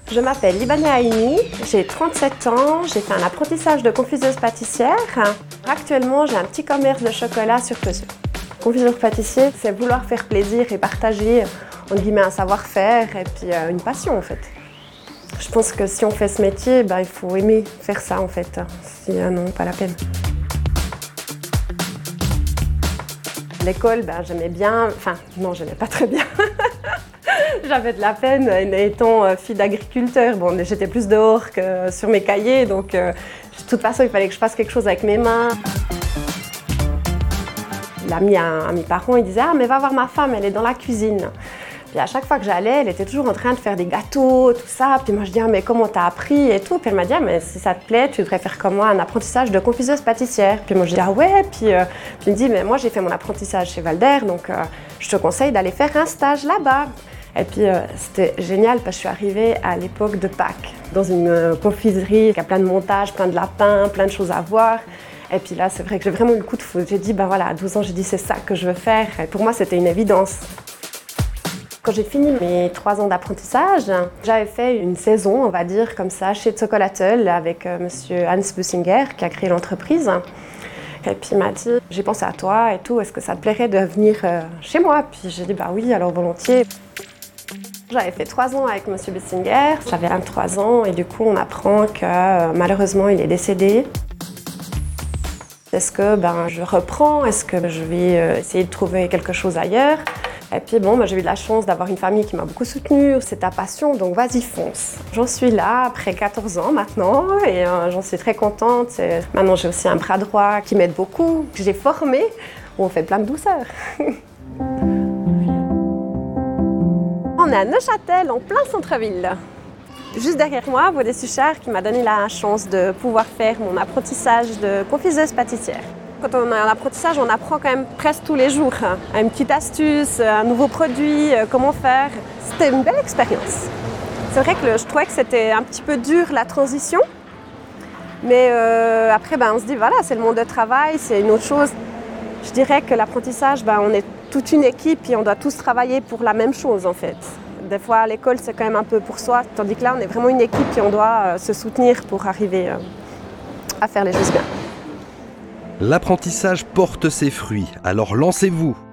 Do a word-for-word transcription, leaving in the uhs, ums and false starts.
Je m'appelle Libana Haïmi, j'ai trente-sept ans, j'ai fait un apprentissage de confiseuse pâtissière. Actuellement, j'ai un petit commerce de chocolat sur Peseux. Confiseur pâtissier, c'est vouloir faire plaisir et partager entre guillemets, un savoir-faire et puis euh, une passion en fait. Je pense que si on fait ce métier, ben, il faut aimer faire ça en fait, sinon pas la peine. L'école, ben, j'aimais bien, enfin non, j'aimais pas très bien. J'avais de la peine étant fille d'agriculteur. Bon, j'étais plus dehors que sur mes cahiers, donc euh, de toute façon, il fallait que je fasse quelque chose avec mes mains. L'ami à, à mes parents, il disait « Ah, mais va voir ma femme, elle est dans la cuisine ». Puis à chaque fois que j'allais, elle était toujours en train de faire des gâteaux, tout ça. Puis moi, je dis ah, « mais comment t'as appris ?» et tout. Puis elle m'a dit ah, « mais si ça te plaît, tu devrais faire comme moi un apprentissage de confiseuse pâtissière. » Puis moi, je dis « Ah ouais ?» Puis, euh, puis il me dit « Mais moi, j'ai fait mon apprentissage chez Valder, donc euh, je te conseille d'aller faire un stage là-bas. » Et puis euh, c'était génial parce que je suis arrivée à l'époque de Pâques, dans une euh, confiserie qui a plein de montages, plein de lapins, plein de choses à voir. Et puis là, c'est vrai que j'ai vraiment eu le coup de foudre. J'ai dit, ben voilà, à douze ans, j'ai dit, c'est ça que je veux faire. Et pour moi, c'était une évidence. Quand j'ai fini mes trois ans d'apprentissage, j'avais fait une saison, on va dire, comme ça, chez Zocolatel avec euh, monsieur Hans Bussinger, qui a créé l'entreprise. Et puis il m'a dit, j'ai pensé à toi et tout, est-ce que ça te plairait de venir euh, chez moi? Puis j'ai dit, bah oui, alors volontiers. J'avais fait trois ans avec monsieur Bussinger, j'avais vingt-trois ans, et du coup, on apprend que euh, malheureusement, il est décédé. Est-ce que ben, je reprends? Est-ce que je vais euh, essayer de trouver quelque chose ailleurs? Et puis bon, ben, j'ai eu de la chance d'avoir une famille qui m'a beaucoup soutenue. C'est ta passion, donc vas-y, fonce. J'en suis là après quatorze ans maintenant et euh, j'en suis très contente. Et maintenant, j'ai aussi un bras droit qui m'aide beaucoup, que j'ai formé, où on fait plein de douceur. On est à Neuchâtel, en plein centre-ville. Juste derrière moi, Vaudé Suchard qui m'a donné la chance de pouvoir faire mon apprentissage de confiseuse pâtissière. Quand on a un apprentissage, on apprend quand même presque tous les jours. Hein. Une petite astuce, un nouveau produit, euh, comment faire. C'était une belle expérience. C'est vrai que le, je trouvais que c'était un petit peu dur la transition. Mais euh, après, ben, on se dit, voilà, c'est le monde de travail, c'est une autre chose. Je dirais que l'apprentissage, ben, on est toute une équipe et on doit tous travailler pour la même chose en fait. Des fois, à l'école, c'est quand même un peu pour soi, tandis que là, on est vraiment une équipe et on doit euh, se soutenir pour arriver euh, à faire les choses bien. L'apprentissage porte ses fruits, alors lancez-vous!